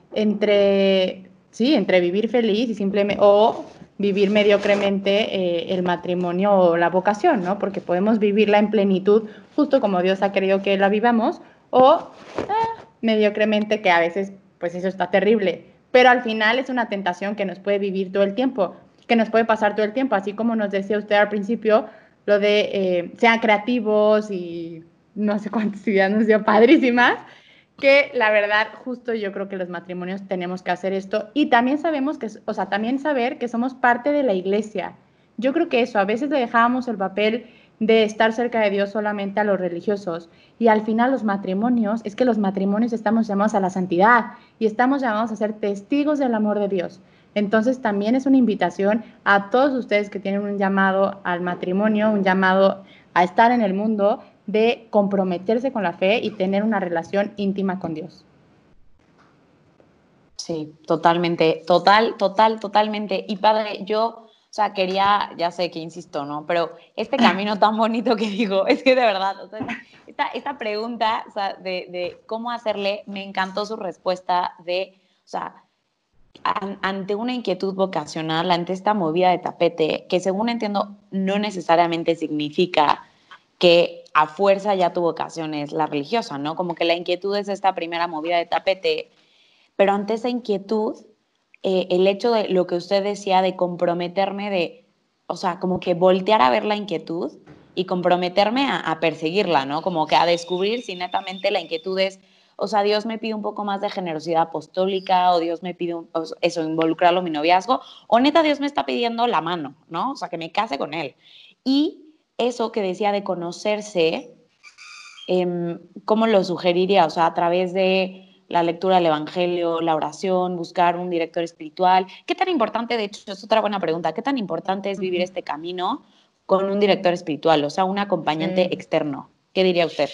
entre vivir feliz y simplemente, o vivir mediocremente el matrimonio o la vocación, ¿no? Porque podemos vivirla en plenitud, justo como Dios ha querido que la vivamos, o mediocremente, que a veces, pues eso está terrible. Pero al final es una tentación que nos puede vivir todo el tiempo, que nos puede pasar todo el tiempo, así como nos decía usted al principio, lo de sean creativos y no sé cuántas ideas nos dio padrísimas, que la verdad, justo yo creo que los matrimonios tenemos que hacer esto y también sabemos que, o sea, también saber que somos parte de la iglesia. Yo creo que eso, a veces le dejábamos el papel de estar cerca de Dios solamente a los religiosos y al final los matrimonios, es que los matrimonios estamos llamados a la santidad y estamos llamados a ser testigos del amor de Dios. Entonces también es una invitación a todos ustedes que tienen un llamado al matrimonio, un llamado a estar en el mundo, de comprometerse con la fe y tener una relación íntima con Dios. Sí, totalmente, totalmente. Y padre, yo sea, quería, ya sé que insisto, ¿no? Pero este camino tan bonito que digo, es que de verdad, o sea, esta pregunta, o sea, de cómo hacerle, me encantó su respuesta de, o sea, ante una inquietud vocacional, ante esta movida de tapete, que según entiendo no necesariamente significa que a fuerza ya tu vocación es la religiosa, ¿no? Como que la inquietud es esta primera movida de tapete, pero ante esa inquietud, el hecho de lo que usted decía de comprometerme, de, o sea, como que voltear a ver la inquietud y comprometerme a perseguirla, ¿no? Como que a descubrir si netamente la inquietud es, o sea, Dios me pide un poco más de generosidad apostólica, o Dios me pide eso, involucrarlo en mi noviazgo, o neta Dios me está pidiendo la mano, ¿no? O sea, que me case con él. Y eso que decía de conocerse, ¿cómo lo sugeriría? O sea, a través de la lectura del Evangelio, la oración, buscar un director espiritual. ¿Qué tan importante, de hecho, es otra buena pregunta, qué tan importante es vivir este camino con un director espiritual, o sea, un acompañante externo? ¿Qué diría usted?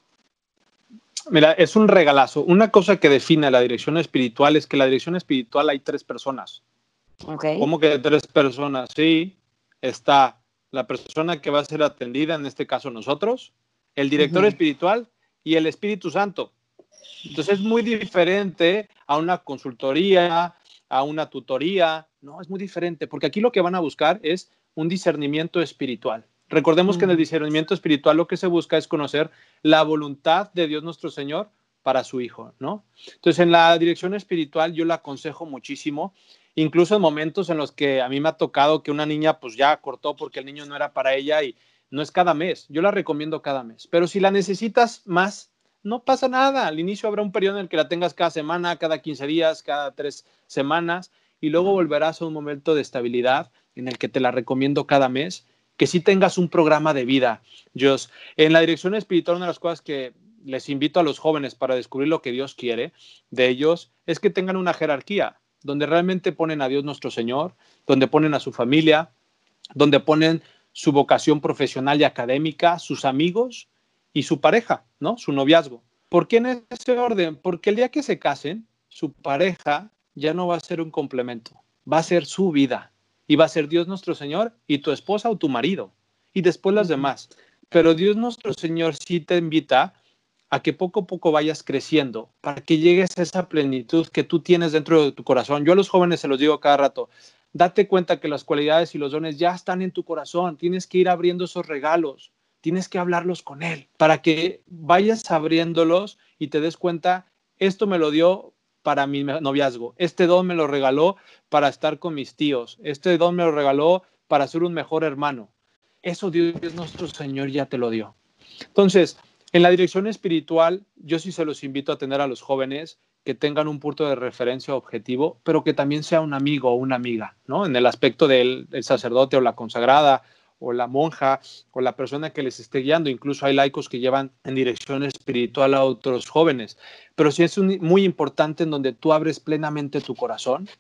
Mira, es un regalazo. Una cosa que define la dirección espiritual es que la dirección espiritual hay 3 personas. Okay. ¿Cómo que 3 personas? Sí, está la persona que va a ser atendida, en este caso nosotros, el director espiritual y el Espíritu Santo. Entonces es muy diferente a una consultoría, a una tutoría. No, es muy diferente, porque aquí lo que van a buscar es un discernimiento espiritual. Recordemos que en el discernimiento espiritual lo que se busca es conocer la voluntad de Dios nuestro Señor para su Hijo, ¿no? Entonces, en la dirección espiritual yo la aconsejo muchísimo, incluso en momentos en los que a mí me ha tocado que una niña pues ya cortó porque el niño no era para ella y no es cada mes, yo la recomiendo cada mes, pero si la necesitas más, no pasa nada. Al inicio habrá un periodo en el que la tengas cada semana, cada 15 días, cada 3 semanas, y luego volverás a un momento de estabilidad en el que te la recomiendo cada mes, que sí tengas un programa de vida. Dios, en la dirección espiritual, una de las cosas que les invito a los jóvenes para descubrir lo que Dios quiere de ellos es que tengan una jerarquía, donde realmente ponen a Dios nuestro Señor, donde ponen a su familia, donde ponen su vocación profesional y académica, sus amigos y su pareja, ¿no? Su noviazgo. ¿Por qué en ese orden? Porque el día que se casen, su pareja ya no va a ser un complemento, va a ser su vida y va a ser Dios nuestro Señor y tu esposa o tu marido y después las demás. Pero Dios nuestro Señor sí te invita a que poco a poco vayas creciendo para que llegues a esa plenitud que tú tienes dentro de tu corazón. Yo a los jóvenes se los digo cada rato, date cuenta que las cualidades y los dones ya están en tu corazón, tienes que ir abriendo esos regalos, tienes que hablarlos con Él para que vayas abriéndolos y te des cuenta, esto me lo dio para mi noviazgo, este don me lo regaló para estar con mis tíos, este don me lo regaló para ser un mejor hermano. Eso Dios nuestro Señor ya te lo dio. Entonces, en la dirección espiritual, yo sí se los invito a tener a los jóvenes que tengan un punto de referencia objetivo, pero que también sea un amigo o una amiga, ¿no? En el aspecto del sacerdote o la consagrada o la monja o la persona que les esté guiando. Incluso hay laicos que llevan en dirección espiritual a otros jóvenes. Pero sí es muy importante en donde tú abres plenamente tu corazón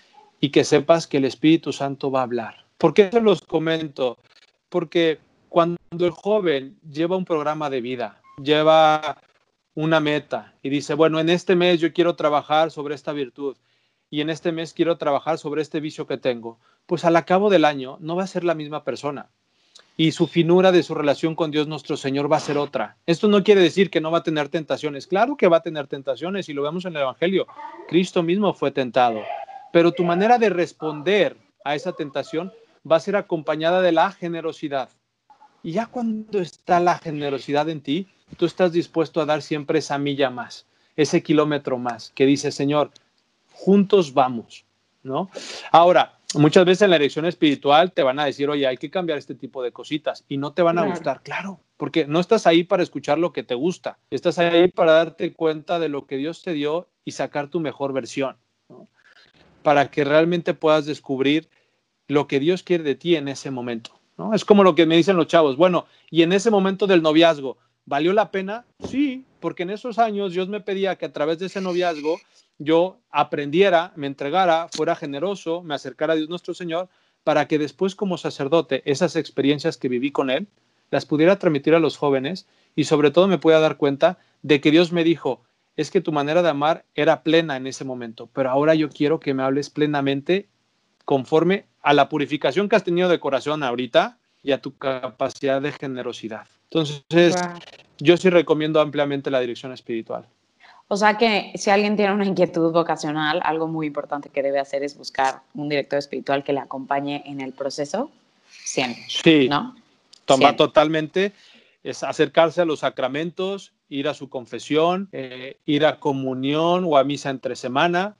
y que sepas que el Espíritu Santo va a hablar. ¿Por qué se los comento? Porque cuando el joven lleva un programa de vida, lleva una meta y dice, bueno, en este mes yo quiero trabajar sobre esta virtud y en este mes quiero trabajar sobre este vicio que tengo, pues al cabo del año no va a ser la misma persona y su finura de su relación con Dios nuestro Señor va a ser otra. Esto no quiere decir que no va a tener tentaciones. Claro que va a tener tentaciones y lo vemos en el Evangelio. Cristo mismo fue tentado, pero tu manera de responder a esa tentación va a ser acompañada de la generosidad. Y ya cuando está la generosidad en ti, tú estás dispuesto a dar siempre esa milla más, ese kilómetro más, que dice, Señor, juntos vamos, ¿no? Ahora, muchas veces en la dirección espiritual te van a decir, oye, hay que cambiar este tipo de cositas y no te van a gustar, claro, porque no estás ahí para escuchar lo que te gusta, estás ahí para darte cuenta de lo que Dios te dio y sacar tu mejor versión, ¿no? Para que realmente puedas descubrir lo que Dios quiere de ti en ese momento, ¿no? Es como lo que me dicen los chavos, bueno, y en ese momento del noviazgo, ¿valió la pena? Sí, porque en esos años Dios me pedía que a través de ese noviazgo yo aprendiera, me entregara, fuera generoso, me acercara a Dios nuestro Señor, para que después como sacerdote esas experiencias que viví con Él las pudiera transmitir a los jóvenes y sobre todo me pudiera dar cuenta de que Dios me dijo, es que tu manera de amar era plena en ese momento, pero ahora yo quiero que me hables plenamente conforme a la purificación que has tenido de corazón ahorita y a tu capacidad de generosidad. Entonces, Wow. yo sí recomiendo ampliamente la dirección espiritual. O sea que si alguien tiene una inquietud vocacional, algo muy importante que debe hacer es buscar un director espiritual que le acompañe en el proceso. 100, Sí, ¿no? toma 100. totalmente. Es acercarse a los sacramentos, ir a su confesión, ir a comunión o a misa entre semana.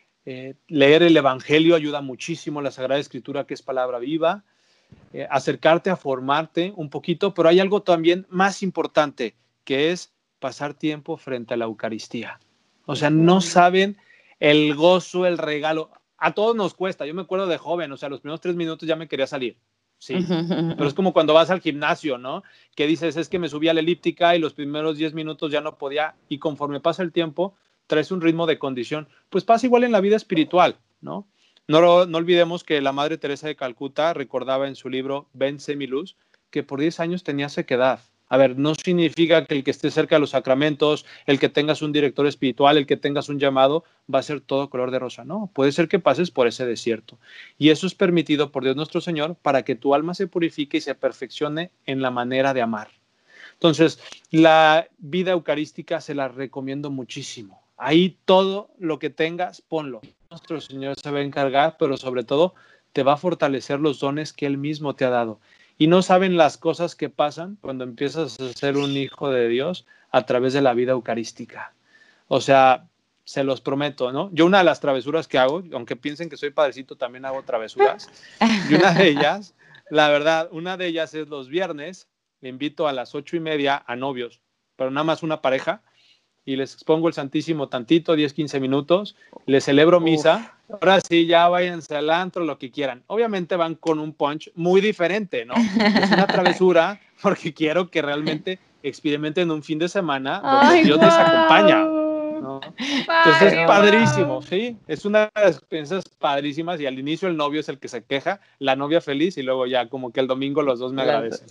Leer el Evangelio ayuda muchísimo, la Sagrada Escritura, que es palabra viva. Acercarte a formarte un poquito, pero hay algo también más importante, que es pasar tiempo frente a la Eucaristía. O sea, no saben el gozo, el regalo. A todos nos cuesta. Yo me acuerdo de joven, o sea, los primeros 3 minutos ya me quería salir. Sí, pero es como cuando vas al gimnasio, ¿no? Que dices, es que me subí a la elíptica y los primeros 10 minutos ya no podía, y conforme pasa el tiempo, traes un ritmo de condición. Pues pasa igual en la vida espiritual, ¿no? No olvidemos que la Madre Teresa de Calcuta recordaba en su libro Ven, sé mi luz, que por 10 años tenía sequedad. A ver, no significa que el que esté cerca de los sacramentos, el que tengas un director espiritual, el que tengas un llamado, va a ser todo color de rosa. No, puede ser que pases por ese desierto. Y eso es permitido por Dios nuestro Señor para que tu alma se purifique y se perfeccione en la manera de amar. Entonces, la vida eucarística se la recomiendo muchísimo. Ahí todo lo que tengas, ponlo. Nuestro Señor se va a encargar, pero sobre todo te va a fortalecer los dones que Él mismo te ha dado. Y no saben las cosas que pasan cuando empiezas a ser un hijo de Dios a través de la vida eucarística. O sea, se los prometo, ¿no? Yo una de las travesuras que hago, aunque piensen que soy padrecito, también hago travesuras. Y una de ellas, la verdad, una de ellas es los viernes, le invito a las 8:30 a novios, pero nada más una pareja, y les expongo el Santísimo tantito, 10, 15 minutos, les celebro misa. Ahora sí, ya váyanse al antro, lo que quieran. Obviamente van con un punch muy diferente, ¿no? Es una travesura porque quiero que realmente experimenten un fin de semana donde Ay, Dios les acompaña, wow. ¿no? Entonces es Padre, padrísimo, wow. ¿sí? Es una de las experiencias padrísimas y al inicio el novio es el que se queja, la novia feliz y luego ya como que el domingo los dos me agradecen.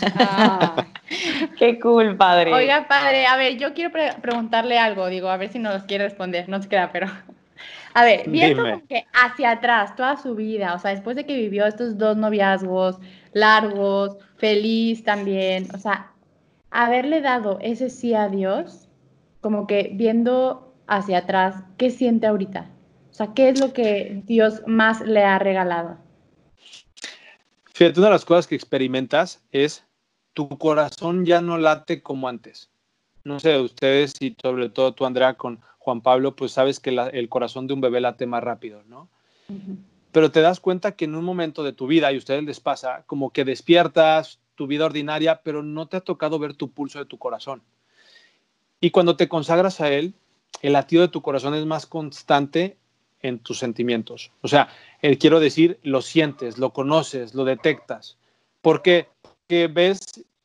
Ah. Qué cool, padre. Oiga, padre, a ver, yo quiero preguntarle algo, digo, a ver si nos quiere responder, no se queda, pero... A ver, viendo Dime. como que hacia atrás toda su vida, o sea, después de que vivió estos 2 noviazgos largos, feliz también, o sea, haberle dado ese sí a Dios, como que viendo hacia atrás, ¿qué siente ahorita? O sea, ¿qué es lo que Dios más le ha regalado? Fíjate, una de las cosas que experimentas es tu corazón ya no late como antes. No sé, ustedes y sobre todo tú, Andrea, con Juan Pablo, pues sabes que el corazón de un bebé late más rápido, ¿no? Ujú. Pero te das cuenta que en un momento de tu vida, y a ustedes les pasa, como que despiertas tu vida ordinaria, pero no te ha tocado ver tu pulso de tu corazón. Y cuando te consagras a Él, el latido de tu corazón es más constante en tus sentimientos. O sea, quiero decir, lo sientes, lo conoces, lo detectas. ¿Por qué? Porque ves,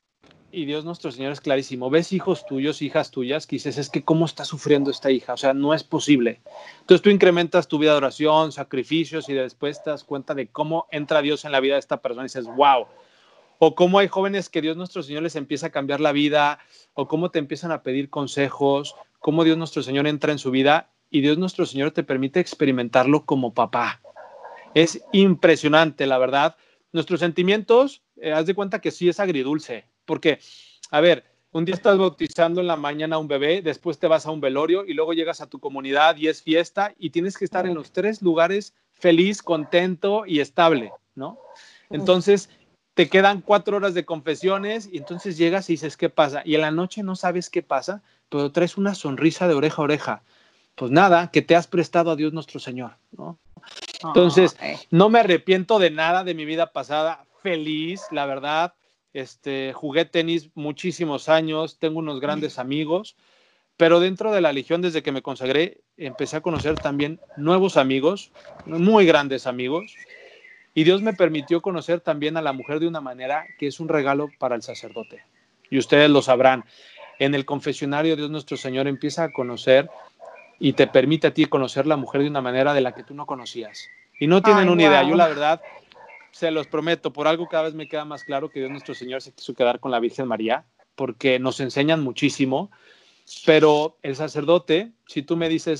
y Dios nuestro Señor es clarísimo, ves hijos tuyos, hijas tuyas, que dices, es que cómo está sufriendo esta hija, o sea, no es posible. Entonces tú incrementas tu vida de oración, sacrificios, y después te das cuenta de cómo entra Dios en la vida de esta persona y dices, wow. O cómo hay jóvenes que Dios nuestro Señor les empieza a cambiar la vida, o cómo te empiezan a pedir consejos, cómo Dios nuestro Señor entra en su vida y Dios nuestro Señor te permite experimentarlo como papá. Es impresionante, la verdad. Nuestros sentimientos, haz de cuenta que sí es agridulce, porque, a ver, un día estás bautizando en la mañana a un bebé, después te vas a un velorio y luego llegas a tu comunidad y es fiesta y tienes que estar en los 3 lugares feliz, contento y estable, ¿no? Entonces, te quedan 4 horas de confesiones y entonces llegas y dices, ¿qué pasa? Y en la noche no sabes qué pasa, pero traes una sonrisa de oreja a oreja. Pues nada, que te has prestado a Dios nuestro Señor, ¿no? Entonces, no me arrepiento de nada de mi vida pasada, feliz, la verdad. Jugué tenis muchísimos años, tengo unos grandes amigos, pero dentro de la Legión, desde que me consagré, empecé a conocer también nuevos amigos, muy grandes amigos, y Dios me permitió conocer también a la mujer de una manera que es un regalo para el sacerdote. Y ustedes lo sabrán, en el confesionario Dios nuestro Señor empieza a conocer y te permite a ti conocer la mujer de una manera de la que tú no conocías. Y no tienen Ay, una idea. Yo wow. la verdad, se los prometo, por algo cada vez me queda más claro que Dios nuestro Señor se quiso quedar con la Virgen María, porque nos enseñan muchísimo, pero el sacerdote, si tú me dices,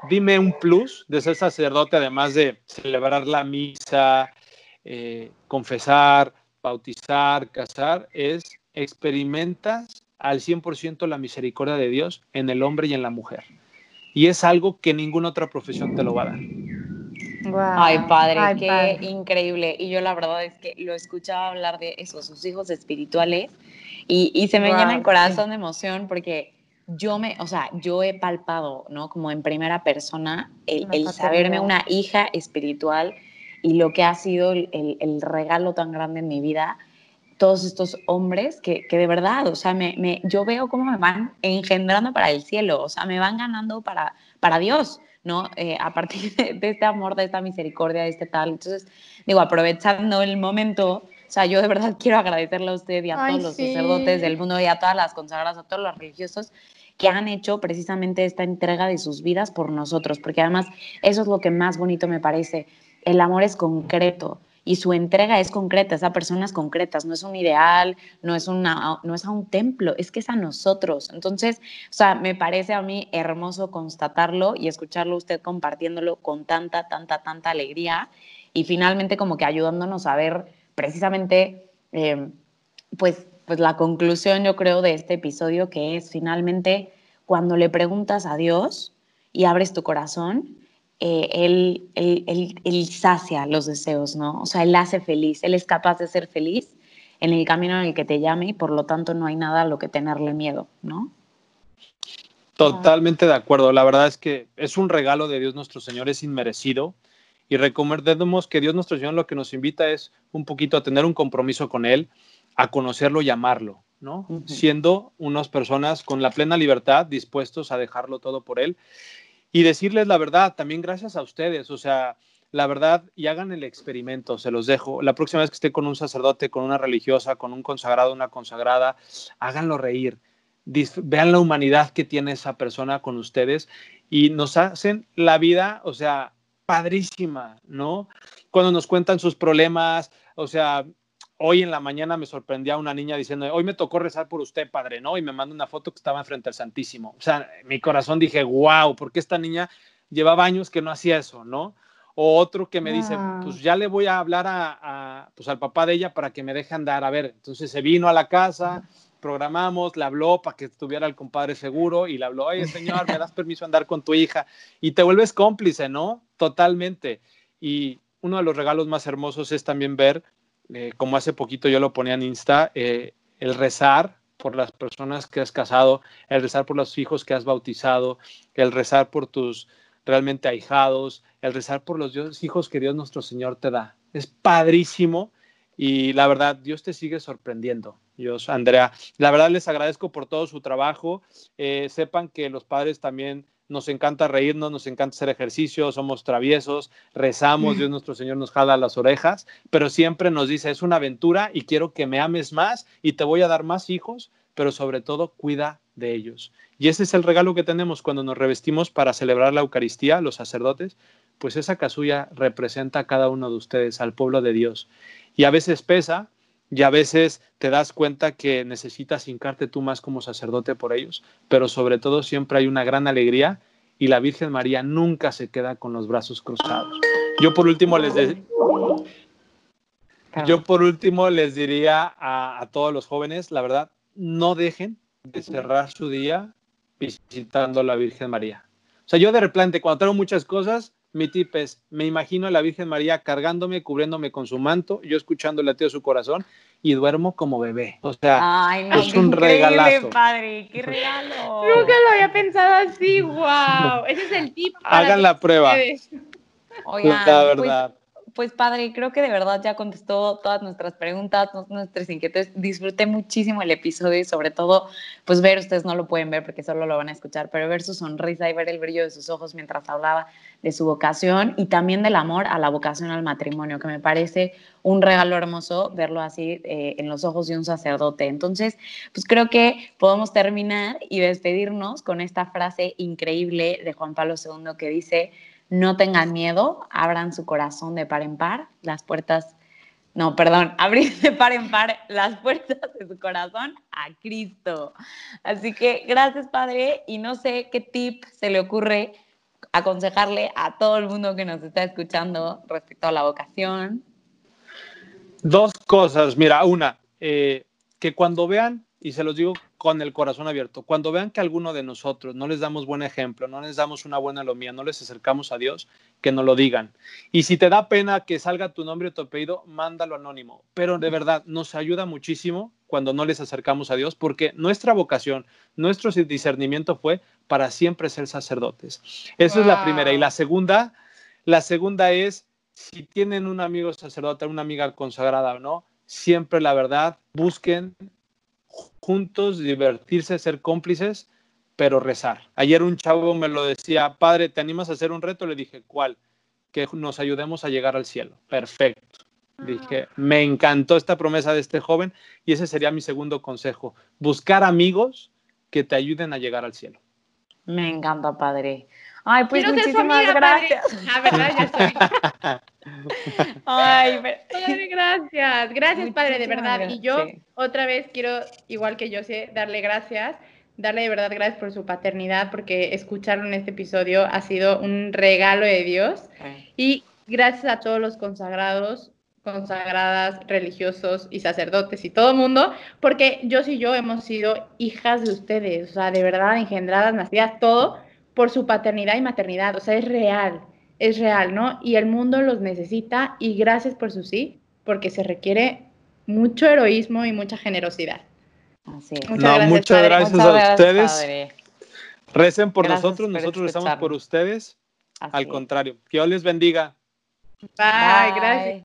dime un plus de ser sacerdote, además de celebrar la misa, confesar, bautizar, casar, es experimentas al 100% la misericordia de Dios en el hombre y en la mujer. Y es algo que ninguna otra profesión te lo va a dar. Wow. Ay, padre, qué increíble. Y yo la verdad es que lo escuchaba hablar de eso, sus hijos espirituales, y se me llena el corazón de emoción porque yo he palpado, ¿no? Como en primera persona, el saberme una hija espiritual y lo que ha sido el regalo tan grande en mi vida. Todos estos hombres que de verdad, o sea, yo veo cómo me van engendrando para el cielo, o sea, me van ganando para Dios, ¿no? A partir de este amor, de esta misericordia, de este tal. Entonces, digo, aprovechando el momento, o sea, yo de verdad quiero agradecerle a usted y a todos los sacerdotes del mundo y a todas las consagradas, a todos los religiosos que han hecho precisamente esta entrega de sus vidas por nosotros, porque además eso es lo que más bonito me parece. El amor es concreto y su entrega es concreta, es a personas concretas, no es un ideal, no es a un templo, es que es a nosotros. Entonces, o sea, me parece a mí hermoso constatarlo y escucharlo usted compartiéndolo con tanta alegría y finalmente como que ayudándonos a ver precisamente, pues la conclusión, yo creo, de este episodio, que es finalmente cuando le preguntas a Dios y abres tu corazón, él sacia los deseos, ¿no? O sea, él hace feliz, él es capaz de ser feliz en el camino en el que te llame y por lo tanto no hay nada a lo que tenerle miedo, ¿no? Totalmente de acuerdo. La verdad es que es un regalo de Dios nuestro Señor, es inmerecido. Y recordemos que Dios nuestro Señor lo que nos invita es un poquito a tener un compromiso con Él, a conocerlo y amarlo, ¿no? Uh-huh. Siendo unas personas con la plena libertad, dispuestos a dejarlo todo por Él. Y decirles la verdad, también gracias a ustedes, o sea, la verdad, y hagan el experimento, se los dejo. La próxima vez que esté con un sacerdote, con una religiosa, con un consagrado, una consagrada, háganlo reír. Vean la humanidad que tiene esa persona con ustedes y nos hacen la vida, o sea, padrísima, ¿no? Cuando nos cuentan sus problemas, o sea, hoy en la mañana me sorprendía una niña diciendo, hoy me tocó rezar por usted, padre, ¿no? Y me manda una foto que estaba frente al Santísimo. O sea, mi corazón dije, wow, ¿por qué esta niña llevaba años que no hacía eso, ¿no? O otro que me dice, pues ya le voy a hablar pues al papá de ella para que me deje andar. A ver, entonces se vino a la casa, programamos, le habló para que estuviera el compadre seguro y le habló, oye, señor, ¿me das permiso de andar con tu hija? Y te vuelves cómplice, ¿no? Totalmente. Y uno de los regalos más hermosos es también ver, como hace poquito yo lo ponía en Insta, el rezar por las personas que has casado, el rezar por los hijos que has bautizado, el rezar por tus realmente ahijados, el rezar por los hijos que Dios nuestro Señor te da. Es padrísimo y la verdad, Dios te sigue sorprendiendo. Dios, Andrea, la verdad les agradezco por todo su trabajo. Sepan que los padres también nos encanta reírnos, nos encanta hacer ejercicio, somos traviesos, rezamos, Dios nuestro Señor nos jala las orejas, pero siempre nos dice, es una aventura y quiero que me ames más y te voy a dar más hijos, pero sobre todo cuida de ellos. Y ese es el regalo que tenemos cuando nos revestimos para celebrar la Eucaristía, los sacerdotes, pues esa casulla representa a cada uno de ustedes, al pueblo de Dios. Y a veces pesa, y a veces te das cuenta que necesitas hincarte tú más como sacerdote por ellos, pero sobre todo siempre hay una gran alegría y la Virgen María nunca se queda con los brazos cruzados. Yo por último les diría a todos los jóvenes, la verdad, no dejen de cerrar su día visitando a la Virgen María. O sea, yo de repente, cuando tengo muchas cosas, mi tip es, me imagino a la Virgen María cargándome, cubriéndome con su manto, yo escuchando el latido de su corazón y duermo como bebé. O sea, ay, no, es un regalazo. Padre, qué regalo. Nunca lo había pensado así, wow. Ese es el tip para hagan la prueba. Ustedes. Oigan, la verdad. Pues padre, creo que de verdad ya contestó todas nuestras preguntas, nuestras inquietudes. Disfruté muchísimo el episodio y sobre todo, pues ver, ustedes no lo pueden ver porque solo lo van a escuchar, pero ver su sonrisa y ver el brillo de sus ojos mientras hablaba de su vocación y también del amor a la vocación al matrimonio, que me parece un regalo hermoso verlo así en los ojos de un sacerdote. Entonces, pues creo que podemos terminar y despedirnos con esta frase increíble de Juan Pablo II que dice: no tengan miedo, abran su corazón de par en par, abrir de par en par las puertas de su corazón a Cristo. Así que gracias, Padre, y no sé qué tip se le ocurre aconsejarle a todo el mundo que nos está escuchando respecto a la vocación? Dos cosas. Mira, una, que cuando vean, y se los digo con el corazón abierto, cuando vean que alguno de nosotros no les damos buen ejemplo, no les damos una buena lomía, no les acercamos a Dios, que nos lo digan. Y si te da pena que salga tu nombre o tu apellido, mándalo anónimo. Pero de verdad, nos ayuda muchísimo cuando no les acercamos a Dios, porque nuestra vocación, nuestro discernimiento fue para siempre ser sacerdotes. Esa es la primera. Y la segunda es, si tienen un amigo sacerdote, una amiga consagrada o no, siempre la verdad, busquen juntos, divertirse, ser cómplices, pero rezar. Ayer un chavo me lo decía, padre, ¿te animas a hacer un reto? Le dije, ¿cuál? Que nos ayudemos a llegar al cielo. Perfecto. Dije, me encantó esta promesa de este joven y ese sería mi segundo consejo, buscar amigos que te ayuden a llegar al cielo. Me encanta, padre. Ay, pues Quiero ser su muchísimas amiga, gracias. padre. La verdad, ya estoy. Ay, Padre, gracias. Gracias, padre, de muchísimas verdad. Y gracias. yo Sí. otra vez quiero, igual que yo sé, darle gracias, darle de verdad gracias por su paternidad, porque escucharlo en este episodio ha sido un regalo de Dios. Sí. Y gracias a todos los consagrados, consagradas, religiosos y sacerdotes y todo el mundo, porque yo hemos sido hijas de ustedes, o sea, de verdad, engendradas, nacidas, todo por su paternidad y maternidad, o sea, es real, ¿no? Y el mundo los necesita y gracias por su sí, porque se requiere mucho heroísmo y mucha generosidad. Así es. Muchas gracias, Muchas padre. gracias Muchas a gracias, ustedes. padre. Recen por Gracias nosotros, por nosotros rezamos por escucharnos. ustedes. Así Al es. contrario, que Dios les bendiga. Bye, gracias. Bye.